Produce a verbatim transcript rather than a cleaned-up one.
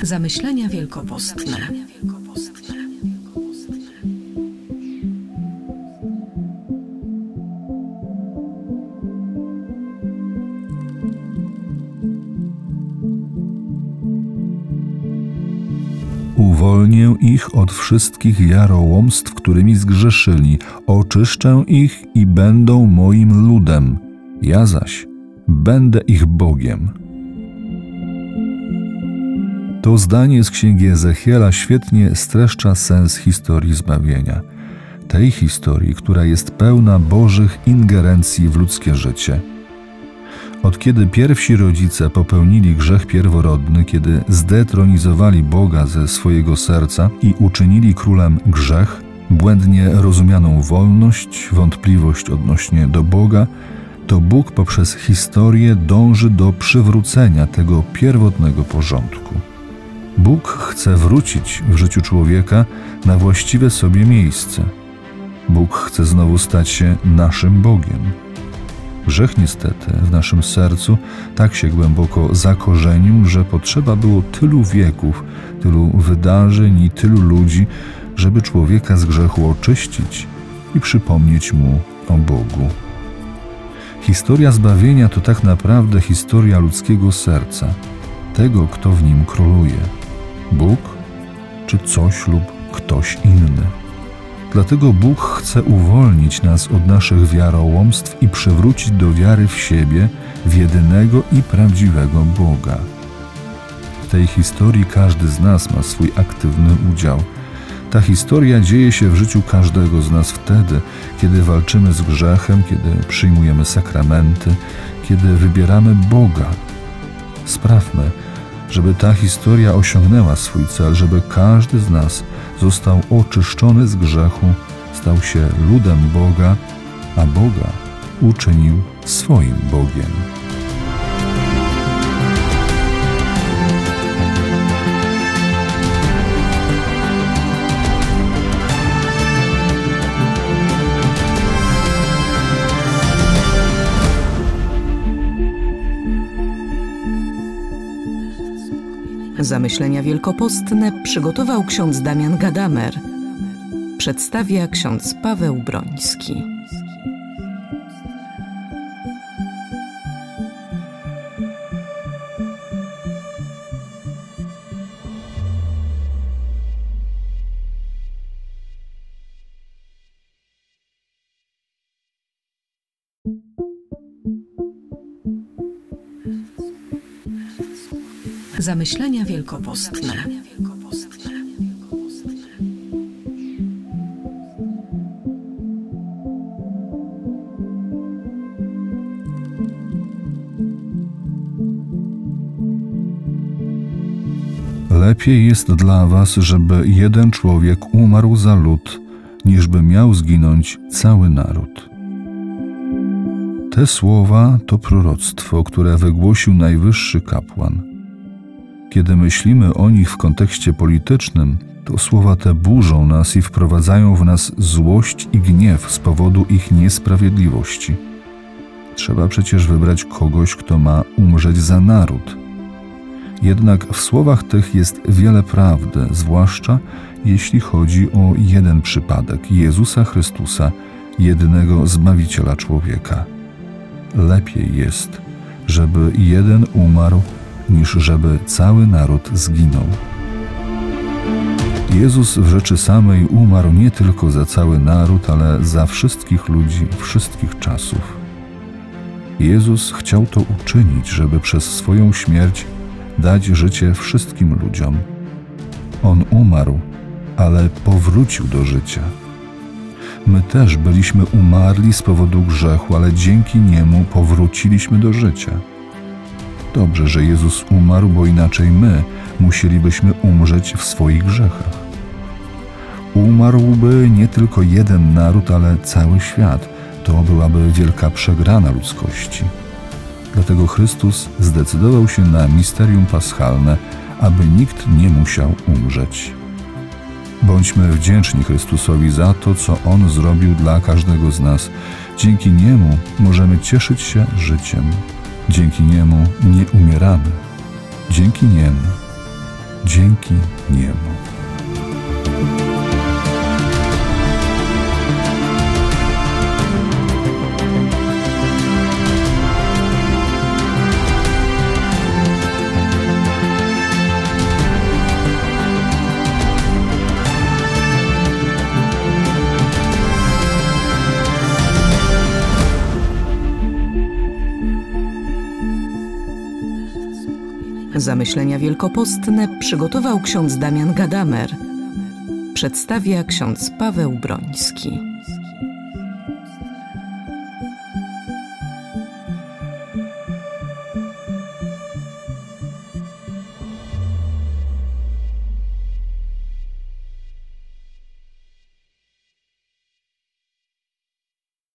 Zamyślenia wielkopostne. Uwolnię ich od wszystkich jarołomstw, którymi zgrzeszyli, oczyszczę ich i będą moim ludem, ja zaś będę ich Bogiem. To zdanie z księgi Ezechiela świetnie streszcza sens historii zbawienia. Tej historii, która jest pełna Bożych ingerencji w ludzkie życie. Od kiedy pierwsi rodzice popełnili grzech pierworodny, kiedy zdetronizowali Boga ze swojego serca i uczynili królem grzech, błędnie rozumianą wolność, wątpliwość odnośnie do Boga, to Bóg poprzez historię dąży do przywrócenia tego pierwotnego porządku. Bóg chce wrócić w życiu człowieka na właściwe sobie miejsce. Bóg chce znowu stać się naszym Bogiem. Grzech niestety w naszym sercu tak się głęboko zakorzenił, że potrzeba było tylu wieków, tylu wydarzeń i tylu ludzi, żeby człowieka z grzechu oczyścić i przypomnieć mu o Bogu. Historia zbawienia to tak naprawdę historia ludzkiego serca, tego, kto w nim króluje. Bóg czy coś lub ktoś inny. Dlatego Bóg chce uwolnić nas od naszych wiarołomstw i przywrócić do wiary w siebie, w jedynego i prawdziwego Boga. W tej historii każdy z nas ma swój aktywny udział. Ta historia dzieje się w życiu każdego z nas wtedy, kiedy walczymy z grzechem, kiedy przyjmujemy sakramenty, kiedy wybieramy Boga. Sprawmy, żeby ta historia osiągnęła swój cel, żeby każdy z nas został oczyszczony z grzechu, stał się ludem Boga, a Boga uczynił swoim Bogiem. Zamyślenia wielkopostne przygotował ksiądz Damian Gadamer. Przedstawia ksiądz Paweł Broński. Zamyślenia wielkopostne. Lepiej jest dla was, żeby jeden człowiek umarł za lud, niżby miał zginąć cały naród. Te słowa to proroctwo, które wygłosił najwyższy kapłan. Kiedy myślimy o nich w kontekście politycznym, to słowa te burzą nas i wprowadzają w nas złość i gniew z powodu ich niesprawiedliwości. Trzeba przecież wybrać kogoś, kto ma umrzeć za naród. Jednak w słowach tych jest wiele prawdy, zwłaszcza jeśli chodzi o jeden przypadek Jezusa Chrystusa, jedynego Zbawiciela człowieka. Lepiej jest, żeby jeden umarł, niż żeby cały naród zginął. Jezus w rzeczy samej umarł nie tylko za cały naród, ale za wszystkich ludzi wszystkich czasów. Jezus chciał to uczynić, żeby przez swoją śmierć dać życie wszystkim ludziom. On umarł, ale powrócił do życia. My też byliśmy umarli z powodu grzechu, ale dzięki niemu powróciliśmy do życia. Dobrze, że Jezus umarł, bo inaczej my musielibyśmy umrzeć w swoich grzechach. Umarłby nie tylko jeden naród, ale cały świat. To byłaby wielka przegrana ludzkości. Dlatego Chrystus zdecydował się na misterium paschalne, aby nikt nie musiał umrzeć. Bądźmy wdzięczni Chrystusowi za to, co On zrobił dla każdego z nas. Dzięki Niemu możemy cieszyć się życiem. Dzięki Niemu nie umieramy. Dzięki Niemu dzięki niemu. Zamyślenia wielkopostne przygotował ksiądz Damian Gadamer. Przedstawia ksiądz Paweł Broński.